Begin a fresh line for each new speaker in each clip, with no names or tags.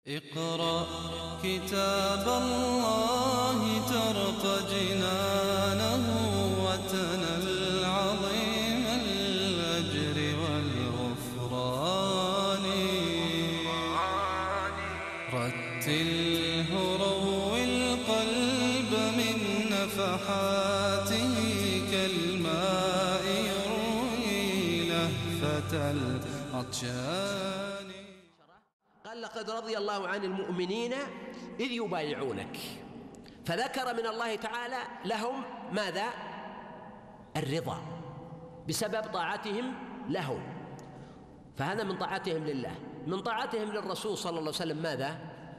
اقرأ كتاب الله ترق جنانه وتنل عظيم الأجر والغفران. رتله روي القلب من نفحاته كالماء يروي لهفة العطشان.
قال لقد رضي الله عن المؤمنين إذ يبايعونك، فذكر من الله تعالى لهم ماذا؟ الرضا بسبب طاعتهم له، فهذا من طاعتهم لله. من طاعتهم للرسول صلى الله عليه وسلم ماذا؟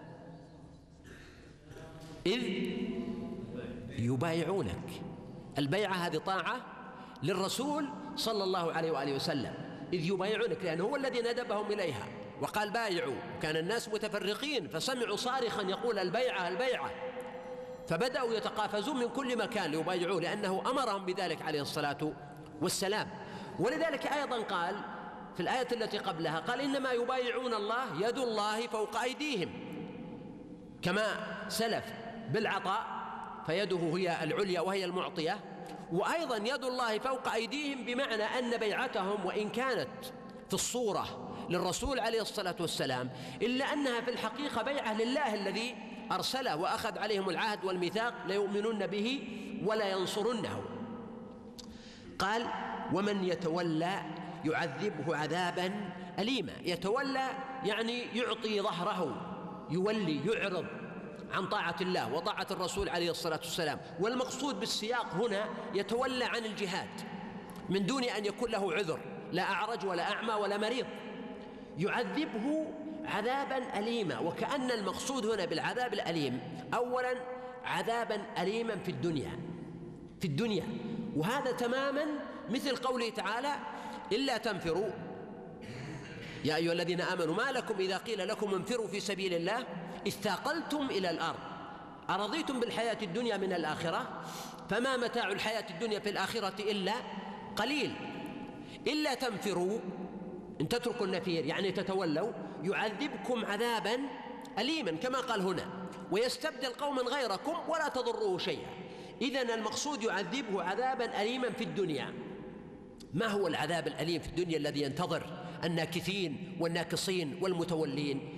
إذ يبايعونك، البيعة هذه طاعة للرسول صلى الله عليه وآله وسلم. إذ يبايعونك لأنه هو الذي ندبهم إليها وقال بايعوا، كان الناس متفرقين فسمعوا صارخا يقول البيعة البيعة، فبدأوا يتقافزون من كل مكان ليبايعوه لأنه أمرهم بذلك عليه الصلاة والسلام. ولذلك أيضا قال في الآية التي قبلها، قال إنما يبايعون الله يد الله فوق أيديهم، كما سلف بالعطاء فيده هي العليا وهي المعطية، وأيضا يد الله فوق أيديهم بمعنى أن بيعتهم وإن كانت في الصورة للرسول عليه الصلاة والسلام إلا أنها في الحقيقة بيعة لله الذي أرسله وأخذ عليهم العهد والميثاق ليؤمنون به ولا ينصرنه. قال ومن يتولى يعذبه عذابا أليما. يتولى يعني يعطي ظهره، يولي، يعرض عن طاعة الله وطاعة الرسول عليه الصلاة والسلام. والمقصود بالسياق هنا يتولى عن الجهاد من دون أن يكون له عذر، لا أعرج ولا أعمى ولا مريض، يعذبه عذابا أليما. وكأن المقصود هنا بالعذاب الأليم أولا عذابا أليما في الدنيا، وهذا تماما مثل قوله تعالى إلا تنفروا يا أيها الذين آمنوا ما لكم إذا قيل لكم انفروا في سبيل الله اثاقلتم إلى الأرض أرضيتم بالحياة الدنيا من الآخرة فما متاع الحياة الدنيا في الآخرة إلا قليل. إلا تنفروا إن تتركوا النفير يعني تتولوا يعذبكم عذابا أليما كما قال هنا، ويستبدل قوما غيركم ولا تضروه شيئا. إذن المقصود يعذبه عذابا أليما في الدنيا. ما هو العذاب الأليم في الدنيا الذي ينتظر الناكثين والناكصين والمتولين؟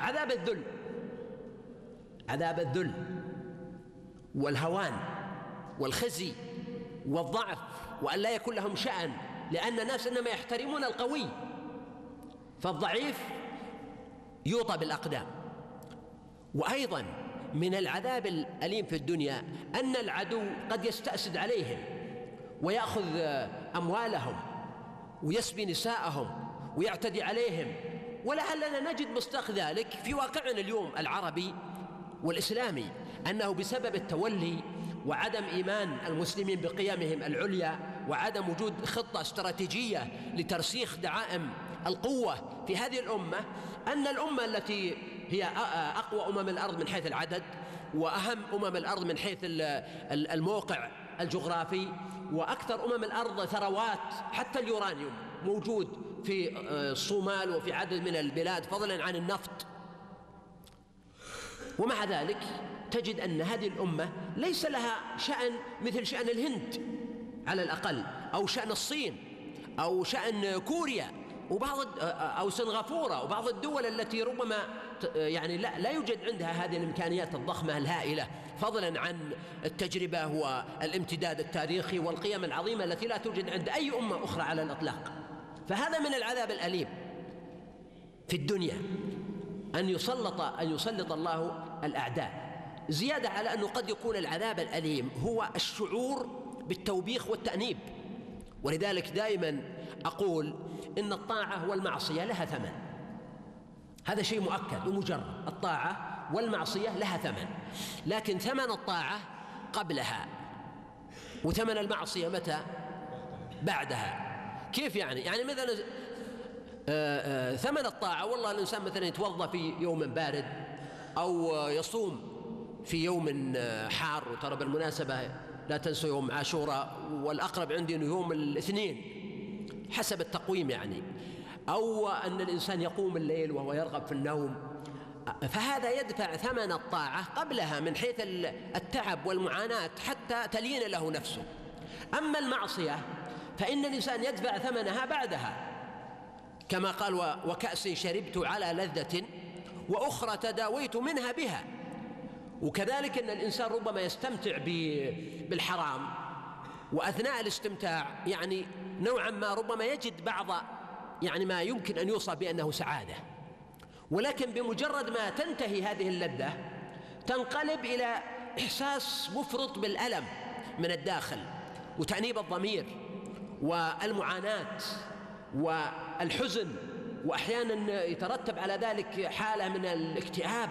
عذاب الذل والهوان والخزي والضعف، وأن لا يكون لهم شأن، لأن الناس إنما يحترمون القوي، فالضعيف يوطى بالأقدام. وأيضا من العذاب الأليم في الدنيا أن العدو قد يستأسد عليهم ويأخذ أموالهم ويسبي نساءهم ويعتدي عليهم، ولعلنا نجد مصداق ذلك في واقعنا اليوم العربي والإسلامي، أنه بسبب التولي وعدم إيمان المسلمين بقيمهم العليا وعدم وجود خطة استراتيجية لترسيخ دعائم القوة في هذه الأمة، أن الأمة التي هي أقوى الأرض من حيث العدد وأهم الأرض من حيث الموقع الجغرافي وأكثر الأرض ثروات، حتى اليورانيوم موجود في الصومال وفي عدد من البلاد فضلا عن النفط، ومع ذلك تجد أن هذه الأمة ليس لها شأن مثل شأن الهند على الأقل، أو شأن الصين، أو شأن كوريا أو سنغافورة وبعض الدول التي ربما يعني لا يوجد عندها هذه الإمكانيات الضخمة الهائلة، فضلا عن التجربة والامتداد التاريخي والقيم العظيمة التي لا توجد عند أي أمة أخرى على الإطلاق. فهذا من العذاب الأليم في الدنيا أن يسلط الله الأعداء، زيادة على أنه قد يكون العذاب الأليم هو الشعور بالتوبيخ والتأنيب. ولذلك دائما أقول إن الطاعة والمعصية لها ثمن، هذا شيء مؤكد ومجرد، الطاعة والمعصية لها ثمن، لكن ثمن الطاعة قبلها وثمن المعصية متى؟ بعدها. كيف يعني مثلا ثمن الطاعة، والله الإنسان مثلا يتوضأ في يوم بارد أو يصوم في يوم حار، وترى بالمناسبة لا تنسوا يوم عاشوراء، والأقرب عندي أنه يوم الاثنين حسب التقويم يعني، أو أن الإنسان يقوم الليل وهو يرغب في النوم، فهذا يدفع ثمن الطاعة قبلها من حيث التعب والمعاناة حتى تلين له نفسه. أما المعصية فإن الإنسان يدفع ثمنها بعدها، كما قال: وكأس شربت على لذة وأخرى تداويت منها بها. وكذلك أن الإنسان ربما يستمتع بالحرام، وأثناء الاستمتاع يعني نوعا ما ربما يجد بعض ما يمكن أن يوصف بأنه سعادة، ولكن بمجرد ما تنتهي هذه اللذة تنقلب إلى إحساس مفرط بالألم من الداخل وتأنيب الضمير والمعاناة والحزن، وأحيانا يترتب على ذلك حالة من الاكتئاب.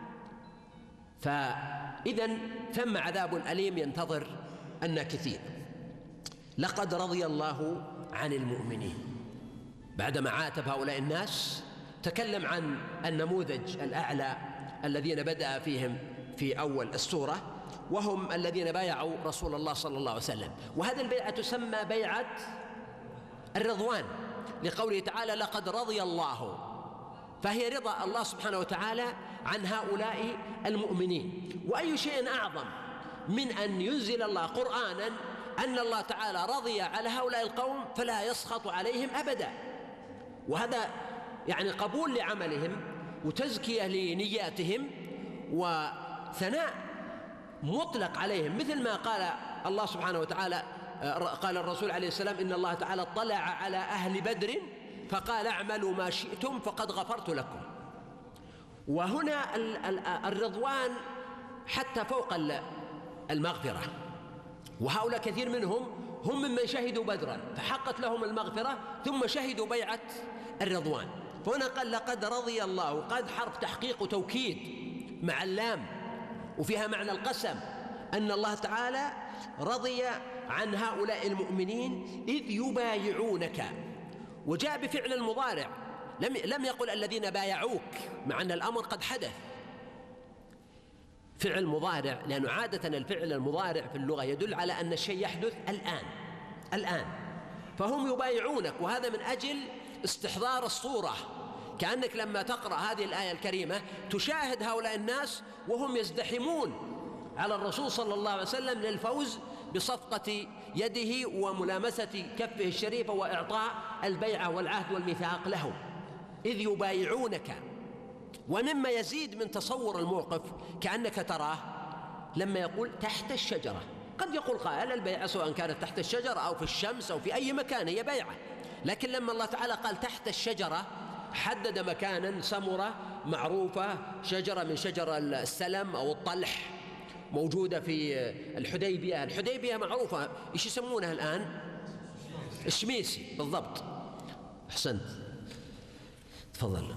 فإذن ثم عذاب أليم ينتظر الناكثين. لقد رضي الله عن المؤمنين. بعدما عاتب هؤلاء الناس تكلم عن النموذج الأعلى الذين بدأ فيهم في أول السورة، وهم الذين بايعوا رسول الله صلى الله عليه وسلم. وهذه البيعة تسمى بيعة الرضوان، لقوله تعالى: لقد رضي الله، فهي رضا الله سبحانه وتعالى عن هؤلاء المؤمنين. وأي شيء أعظم من أن ينزل الله قرآنا أن الله تعالى رضي على هؤلاء القوم فلا يسخط عليهم أبدا. وهذا يعني قبول لعملهم وتزكية لنياتهم وثناء مطلق عليهم، مثل ما قال الله سبحانه وتعالى، قال الرسول عليه السلام: إن الله تعالى اطلع على أهل بدر فقال: اعملوا ما شئتم فقد غفرت لكم. وهنا الرضوان حتى فوق المغفرة، وهؤلاء كثير منهم هم ممن شهدوا بدرا فحقت لهم المغفرة ثم شهدوا بيعة الرضوان. فهنا قال: لقد رضي الله، قد حرف تحقيق وتوكيد مع اللام وفيها معنى القسم، أن الله تعالى رضي عن هؤلاء المؤمنين إذ يبايعونك. وجاء بفعل المضارع، لم يقل الذين بايعوك، مع أن الأمر قد حدث. فعل مضارع، لأنه عادة الفعل المضارع في اللغة يدل على أن الشيء يحدث الآن. فهم يبايعونك، وهذا من أجل استحضار الصورة، كأنك لما تقرأ هذه الآية الكريمة تشاهد هؤلاء الناس وهم يزدحمون على الرسول صلى الله عليه وسلم للفوز بصفقة يده وملامسة كفه الشريفة وإعطاء البيعة والعهد والميثاق له، إذ يبايعونك. ومما يزيد من تصور الموقف كأنك تراه لما يقول تحت الشجرة. قد يقول قائل: البيعة سواء كانت تحت الشجرة أو في الشمس أو في أي مكان هي بيعة، لكن لما الله تعالى قال تحت الشجرة حدد مكانا سمرة معروفة، شجرة من شجر السلم أو الطلح موجودة في الحديبية معروفة، إيش يسمونها الآن؟ الشميسي بالضبط. أحسنت، تفضل.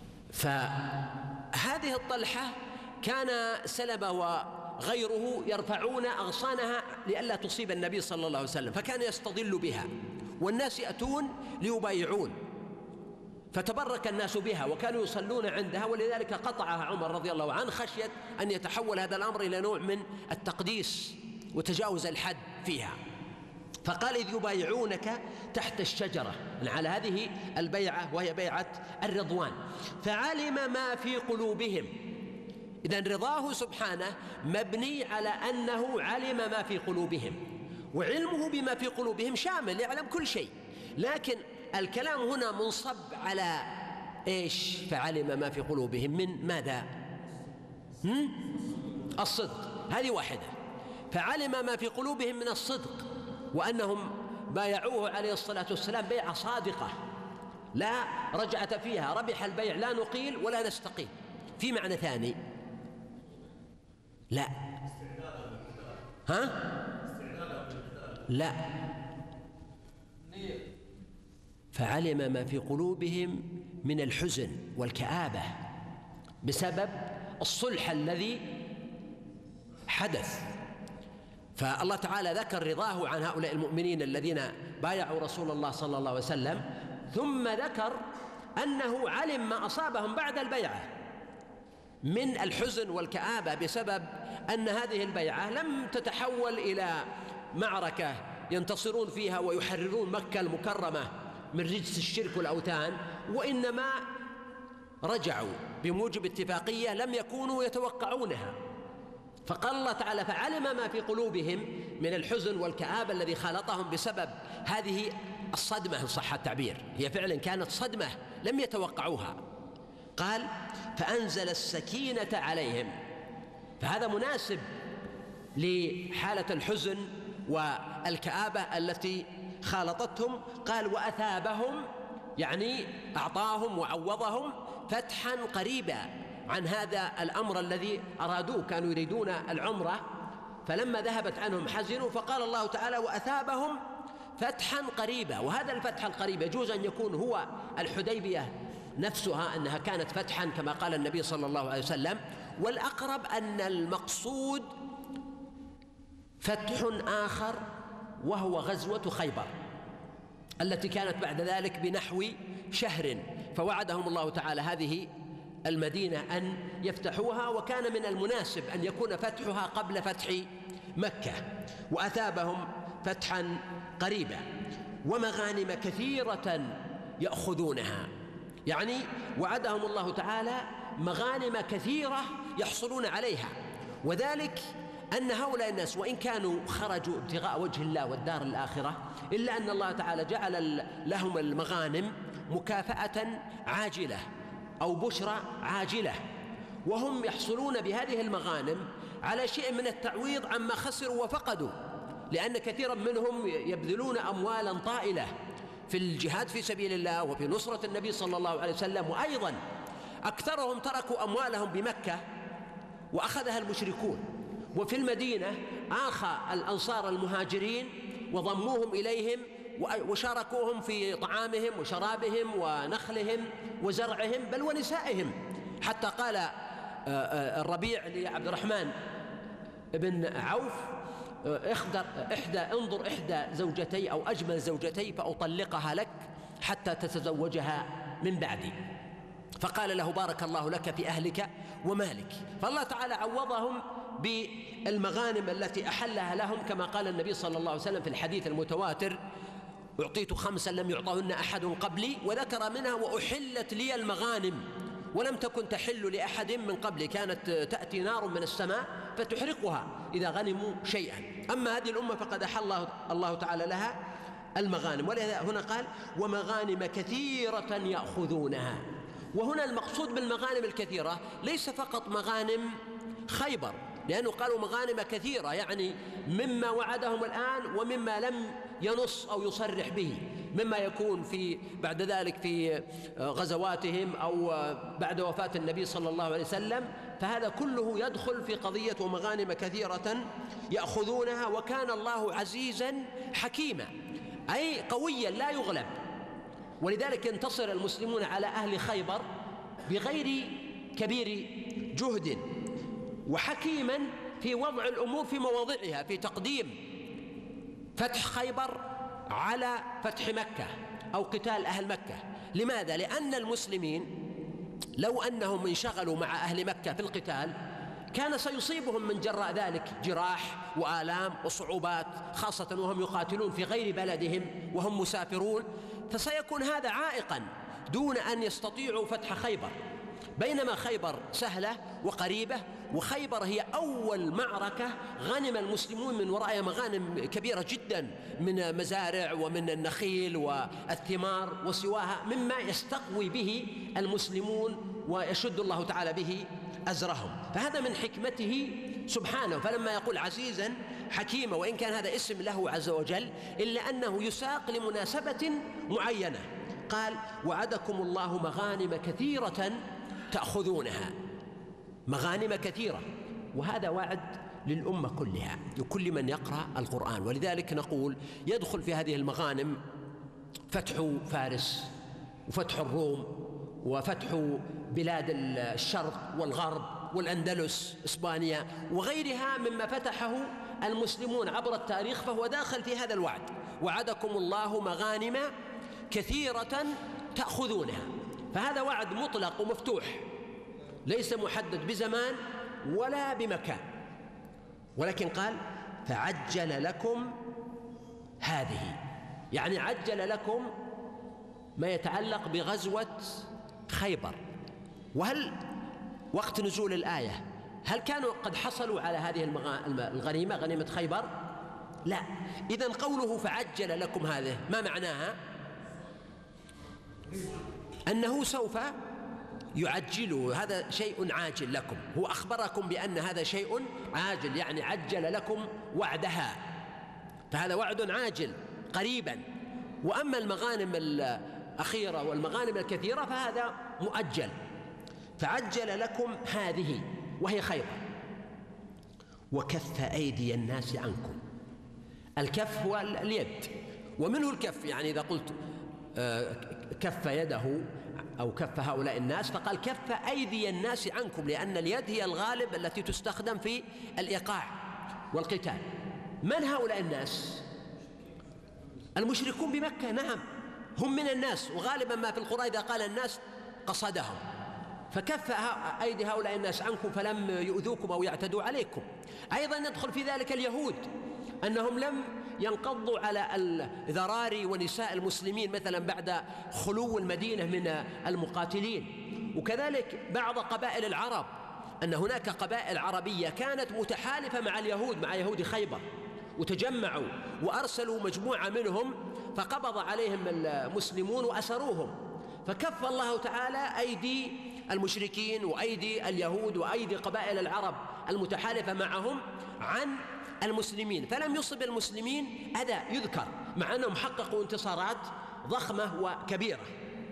فهذه الطلحة كان سلمة وغيره يرفعون أغصانها لئلا تصيب النبي صلى الله عليه وسلم، فكان يستظل بها والناس يأتون ليبايعون، فتبرك الناس بها وكانوا يصلون عندها، ولذلك قطعها عمر رضي الله عنه خشية أن يتحول هذا الأمر إلى نوع من التقديس وتجاوز الحد فيها. فقال: إذ يبايعونك تحت الشجرة، على هذه البيعة وهي بيعة الرضوان. فعلم ما في قلوبهم. إذن رضاه سبحانه مبني على أنه علم ما في قلوبهم، وعلمه بما في قلوبهم شامل، يعلم كل شيء، لكن الكلام هنا منصب على إيش؟ فعلم ما في قلوبهم من ماذا؟ الصدق، هذه واحدة. فعلم ما في قلوبهم من الصدق، وأنهم بايعوه عليه الصلاة والسلام بيعة صادقة لا رجعة فيها، ربح البيع لا نقيل ولا نستقيل. في معنى ثاني؟ لا. لا. فعلم ما في قلوبهم من الحزن والكآبة بسبب الصلح الذي حدث. فالله تعالى ذكر رضاه عن هؤلاء المؤمنين الذين بايعوا رسول الله صلى الله عليه وسلم، ثم ذكر أنه علم ما أصابهم بعد البيعة من الحزن والكآبة بسبب أن هذه البيعة لم تتحول إلى معركة ينتصرون فيها ويحررون مكة المكرمة من رجس الشرك والأوثان، وإنما رجعوا بموجب اتفاقية لم يكونوا يتوقعونها، فقال الله تعالى: فعلم ما في قلوبهم من الحزن والكآبة الذي خالطهم بسبب هذه الصدمة إن صح التعبير، هي فعلا كانت صدمة لم يتوقعوها. قال: فأنزل السكينة عليهم، فهذا مناسب لحالة الحزن والكآبة التي خالطتهم. قال: وأثابهم، يعني أعطاهم وعوضهم فتحا قريبا عن هذا الأمر الذي أرادوه، كانوا يريدون العمرة فلما ذهبت عنهم حزنوا، فقال الله تعالى: وأثابهم فتحا قريبا. وهذا الفتح القريب يجوز أن يكون هو الحديبية نفسها، أنها كانت فتحا كما قال النبي صلى الله عليه وسلم، والأقرب أن المقصود فتح آخر وهو غزوة خيبر التي كانت بعد ذلك بنحو شهر، فوعدهم الله تعالى هذه المدينة أن يفتحوها، وكان من المناسب أن يكون فتحها قبل فتح مكة. وأثابهم فتحا قريبا ومغانم كثيرة يأخذونها، يعني وعدهم الله تعالى مغانم كثيرة يحصلون عليها، وذلك أن هؤلاء الناس وإن كانوا خرجوا ابتغاء وجه الله والدار الآخرة، إلا أن الله تعالى جعل لهم المغانم مكافأة عاجلة أو بشرى عاجلة، وهم يحصلون بهذه المغانم على شيء من التعويض عما خسروا وفقدوا، لأن كثيرا منهم يبذلون أموالا طائلة في الجهاد في سبيل الله وفي نصرة النبي صلى الله عليه وسلم، وأيضا أكثرهم تركوا أموالهم بمكة وأخذها المشركون، وفي المدينة آخى الأنصار المهاجرين وضموهم إليهم وشاركوهم في طعامهم وشرابهم ونخلهم وزرعهم بل ونسائهم، حتى قال الربيع لعبد الرحمن بن عوف: انظر إحدى زوجتي أو أجمل زوجتي فأطلقها لك حتى تتزوجها من بعدي. فقال له: بارك الله لك في أهلك ومالك. فالله تعالى عوضهم بالمغانم التي أحلها لهم، كما قال النبي صلى الله عليه وسلم في الحديث المتواتر: أعطيت 5 لم يعطهن أحد قبلي، وذكر منها: وأحلت لي المغانم ولم تكن تحل لأحد من قبلي، كانت تأتي نار من السماء فتحرقها إذا غنموا شيئا، أما هذه الأمة فقد أحل الله تعالى لها المغانم. ولهذا هنا قال: ومغانم كثيرة يأخذونها. وهنا المقصود بالمغانم الكثيرة ليس فقط مغانم خيبر، لأنه قالوا مغانم كثيرة، يعني مما وعدهم الآن ومما لم ينص أو يصرح به، مما يكون بعد ذلك في غزواتهم أو بعد وفاة النبي صلى الله عليه وسلم، فهذا كله يدخل في قضية ومغانم كثيرة يأخذونها. وكان الله عزيزا حكيما، أي قويا لا يغلب، ولذلك انتصر المسلمون على أهل خيبر بغير كبير جهد، وحكيما في وضع الأمور في مواضعها، في تقديم فتح خيبر على فتح مكة أو قتال أهل مكة. لماذا؟ لأن المسلمين لو أنهم انشغلوا مع أهل مكة في القتال كان سيصيبهم من جراء ذلك جراح وآلام وصعوبات، خاصة وهم يقاتلون في غير بلدهم وهم مسافرون، فسيكون هذا عائقا دون أن يستطيعوا فتح خيبر. بينما خيبر سهلة وقريبة، وخيبر هي أول معركة غنم المسلمون من ورائها مغانم كبيرة جدا من مزارع ومن النخيل والثمار وسواها، مما يستقوي به المسلمون ويشد الله تعالى به أزرهم. فهذا من حكمته سبحانه. فلما يقول عزيزا حكيما، وإن كان هذا اسم له عز وجل إلا أنه يساق لمناسبة معينة. قال: وعدكم الله مغانم كثيرة تأخذونها، مغانم كثيرة، وهذا وعد للأمة كلها لكل من يقرأ القرآن. ولذلك نقول يدخل في هذه المغانم فتح فارس وفتح الروم وفتح بلاد الشرق والغرب والأندلس إسبانيا وغيرها مما فتحه المسلمون عبر التاريخ، فهو داخل في هذا الوعد: وعدكم الله مغانم كثيرة تأخذونها. فهذا وعد مطلق ومفتوح، ليس محدد بزمان ولا بمكان، ولكن قال: فعجل لكم هذه، يعني عجل لكم ما يتعلق بغزوة خيبر، وهل وقت نزول الآية هل كانوا قد حصلوا على هذه الغنيمة، غنيمة خيبر؟ لا. إذن قوله فعجل لكم هذه ما معناها؟ أنه سوف يعجله، هذا شيء عاجل لكم، هو أخبركم بأن هذا شيء عاجل، يعني عجل لكم وعدها، فهذا وعد عاجل قريبا. وأما المغانم الأخيرة والمغانم الكثيرة فهذا مؤجل. فعجل لكم هذه وهي خيبر وكف أيدي الناس عنكم. الكف هو اليد، ومنه الكف، يعني إذا قلت كف يده أو كف هؤلاء الناس فقال كف أيدي الناس عنكم، لأن اليد هي الغالب التي تستخدم في الإيقاع والقتال. من هؤلاء الناس؟ المشركون بمكة، نعم هم من الناس، وغالبا ما في القرآن إذا قال الناس قصدهم، فكف أيدي هؤلاء الناس عنكم فلم يؤذوكم أو يعتدوا عليكم. أيضا يدخل في ذلك اليهود، أنهم لم ينقضوا على الذراري ونساء المسلمين مثلا بعد خلو المدينة من المقاتلين. وكذلك بعض قبائل العرب، أن هناك قبائل عربية كانت متحالفة مع اليهود، مع يهود خيبر، وتجمعوا وأرسلوا مجموعة منهم فقبض عليهم المسلمون وأسروهم، فكف الله تعالى أيدي المشركين وأيدي اليهود وأيدي قبائل العرب المتحالفة معهم عن المسلمين، فلم يصب المسلمين أذى يذكر، مع أنهم حققوا انتصارات ضخمة وكبيرة.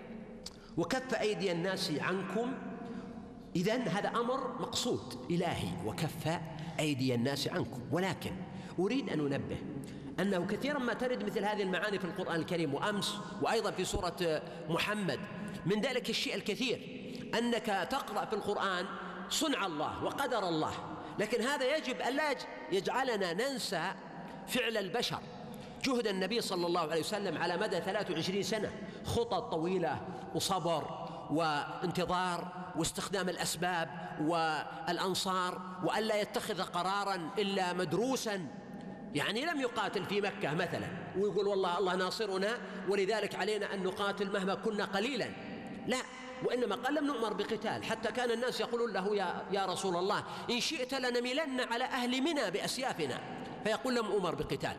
وكف أيدي الناس عنكم، إذن هذا أمر مقصود إلهي، وكف أيدي الناس عنكم. ولكن أريد أن أنبه أنه كثيرا ما ترد مثل هذه المعاني في القرآن الكريم، وأمس وأيضا في سورة محمد. من ذلك الشيء الكثير أنك تقرأ في القرآن صنع الله وقدر الله، لكن هذا يجب ألا يجعلنا ننسى فعل البشر، جهد النبي صلى الله عليه وسلم على مدى 23 سنة، خطط طويلة وصبر وانتظار واستخدام الأسباب والأنصار، وألا يتخذ قراراً إلا مدروساً. يعني لم يقاتل في مكة مثلا ويقول والله الله ناصرنا ولذلك علينا أن نقاتل مهما كنا قليلا، لا، وإنما قال لم نؤمر بقتال، حتى كان الناس يقولون له يا رسول الله إن شئت لنميلن على أهل منى بأسيافنا، فيقول لم أؤمر بقتال.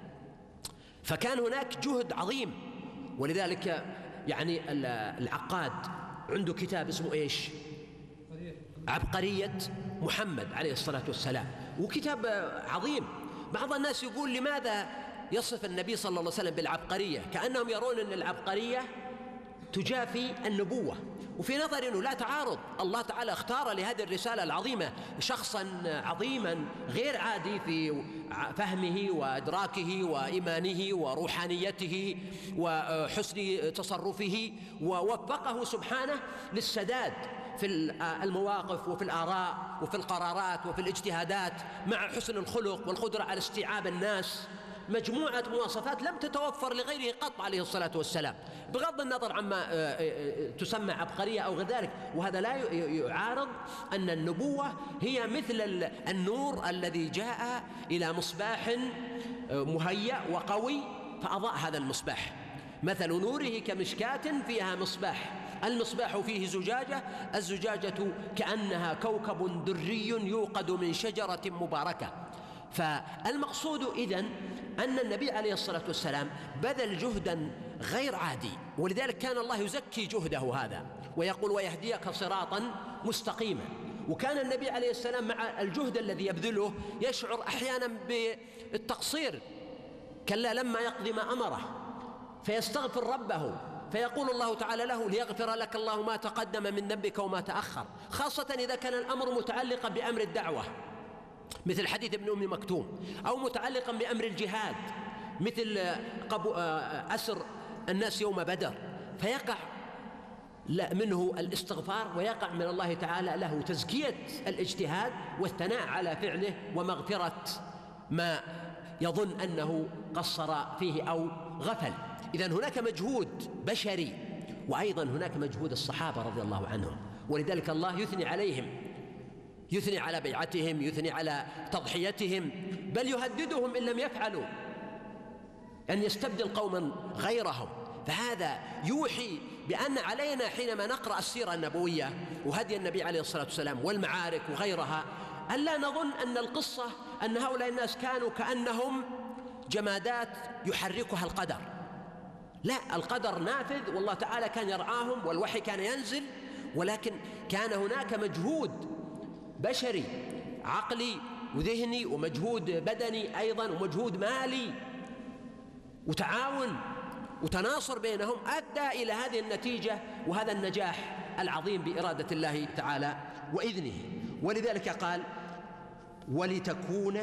فكان هناك جهد عظيم. ولذلك يعني العقاد عنده كتاب اسمه إيش؟ عبقرية محمد عليه الصلاة والسلام، وكتاب عظيم. بعض الناس يقول لماذا يصف النبي صلى الله عليه وسلم بالعبقرية، كأنهم يرون أن العبقرية تجافي النبوة، وفي نظري أنه لا تعارض. الله تعالى اختار لهذه الرسالة العظيمة شخصا عظيما غير عادي في فهمه وإدراكه وإيمانه وروحانيته وحسن تصرفه، ووفقه سبحانه للسداد في المواقف وفي الآراء وفي القرارات وفي الاجتهادات، مع حسن الخلق والقدرة على استيعاب الناس، مجموعة مواصفات لم تتوفر لغيره قط عليه الصلاة والسلام، بغض النظر عما تسمى عبقرية أو غير ذلك. وهذا لا يعارض أن النبوة هي مثل النور الذي جاء إلى مصباح مهيأ وقوي فأضاء هذا المصباح، مثل نوره كمشكاة فيها مصباح، المصباح فيه زجاجة، الزجاجة كأنها كوكب دري يوقد من شجرة مباركة. فالمقصود إذن أن النبي عليه الصلاة والسلام بذل جهدا غير عادي، ولذلك كان الله يزكي جهده هذا ويقول ويهديك صراطا مستقيما. وكان النبي عليه السلام مع الجهد الذي يبذله يشعر أحيانا بالتقصير، كلا لما يقضي ما أمره، فيستغفر ربه فيقول الله تعالى له ليغفر لك الله ما تقدم من ذنبك وما تأخر، خاصة إذا كان الأمر متعلقا بأمر الدعوة مثل حديث ابن أم مكتوم، أو متعلقا بأمر الجهاد مثل أسر الناس يوم بدر، فيقع منه الاستغفار ويقع من الله تعالى له تزكية الاجتهاد والثناء على فعله ومغفرة ما يظن أنه قصر فيه أو غفل. إذن هناك مجهود بشري، وأيضا هناك مجهود الصحابة رضي الله عنهم، ولذلك الله يثني عليهم، يثني على بيعتهم، يثني على تضحيتهم، بل يهددهم إن لم يفعلوا أن يستبدل قوما غيرهم. فهذا يوحي بأن علينا حينما نقرأ السيرة النبوية وهدي النبي عليه الصلاة والسلام والمعارك وغيرها ألا نظن أن القصة أن هؤلاء الناس كانوا كأنهم جمادات يحركها القدر. لا، القدر نافذ والله تعالى كان يرعاهم والوحي كان ينزل، ولكن كان هناك مجهود بشري عقلي وذهني ومجهود بدني أيضا ومجهود مالي وتعاون وتناصر بينهم أدى إلى هذه النتيجة وهذا النجاح العظيم بإرادة الله تعالى وإذنه. ولذلك قال ولتكون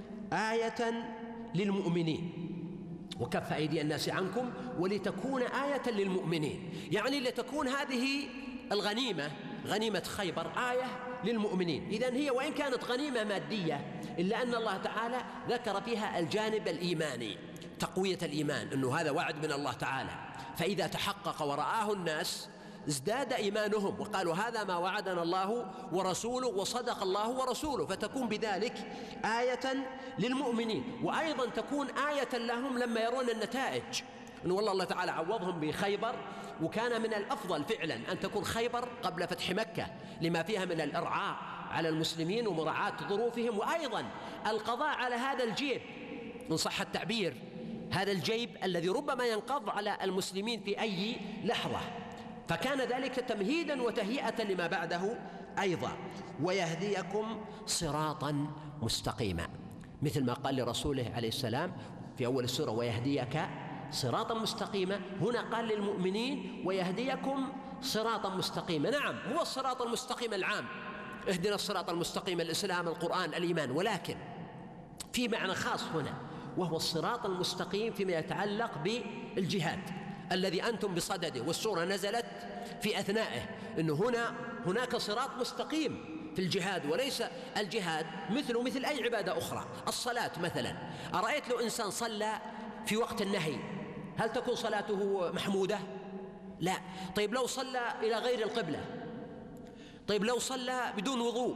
آية للمؤمنين وكف أيدي الناس عنكم ولتكون آية للمؤمنين، يعني لتكون هذه الغنيمة غنيمة خيبر آية للمؤمنين. إذن هي وإن كانت غنيمة مادية إلا أن الله تعالى ذكر فيها الجانب الإيماني، تقوية الإيمان، أنه هذا وعد من الله تعالى، فإذا تحقق ورآه الناس ازداد إيمانهم وقالوا هذا ما وعدنا الله ورسوله وصدق الله ورسوله، فتكون بذلك آية للمؤمنين، وأيضا تكون آية لهم لما يرون النتائج، أنه والله الله تعالى عوضهم بخيبر، وكان من الأفضل فعلا أن تكون خيبر قبل فتح مكة لما فيها من الإرعاء على المسلمين ومراعاة ظروفهم، وأيضا القضاء على هذا الجيب إن صح التعبير، هذا الجيب الذي ربما ينقض على المسلمين في أي لحظة، فكان ذلك تمهيدا وتهيئة لما بعده أيضا. ويهديكم صراطا مستقيما، مثل ما قال لرسوله عليه السلام في أول السورة ويهديك صراطا مستقيما، هنا قال للمؤمنين ويهديكم صراطا مستقيما. نعم، هو الصراط المستقيم العام، اهدنا الصراط المستقيم، الإسلام القرآن الإيمان، ولكن في معنى خاص هنا وهو الصراط المستقيم فيما يتعلق بالجهاد الذي أنتم بصدده، والسورة نزلت في أثنائه، أنه هناك صراط مستقيم في الجهاد، وليس الجهاد مثل أي عبادة أخرى. الصلاة مثلا، أرأيت لو إنسان صلى في وقت النهي هل تكون صلاته محمودة؟ لا. طيب لو صلى إلى غير القبلة، طيب لو صلى بدون وضوء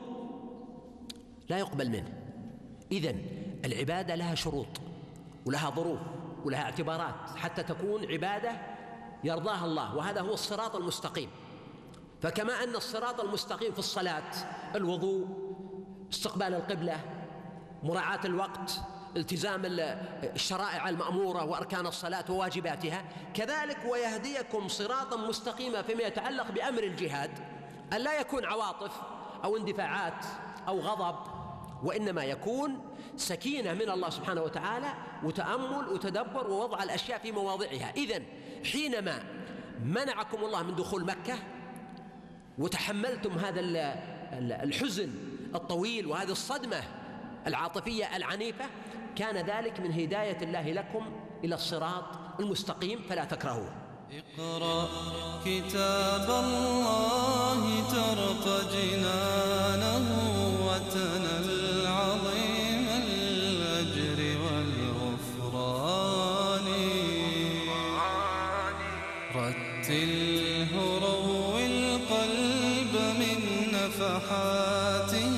لا يقبل منه. إذن العبادة لها شروط ولها ظروف ولها اعتبارات حتى تكون عبادة يرضاها الله، وهذا هو الصراط المستقيم. فكما أن الصراط المستقيم في الصلاة الوضوء، استقبال القبلة، مراعاة الوقت، التزام الشرائع المأمورة وأركان الصلاة وواجباتها، كذلك ويهديكم صراطا مستقيما فيما يتعلق بأمر الجهاد، أن لا يكون عواطف أو اندفاعات أو غضب، وإنما يكون سكينة من الله سبحانه وتعالى وتأمل وتدبر ووضع الأشياء في مواضعها. إذن حينما منعكم الله من دخول مكة وتحملتم هذا الحزن الطويل وهذه الصدمة العاطفية العنيفة، كان ذلك من هداية الله لكم إلى الصراط المستقيم، فلا تكرهوه.
اقرأ كتاب الله ترق جنانه وتنل عظيم الأجر والغفران، رتله روي القلب من نفحاته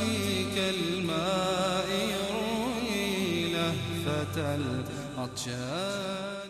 كالماء يروي لهفة العطشان.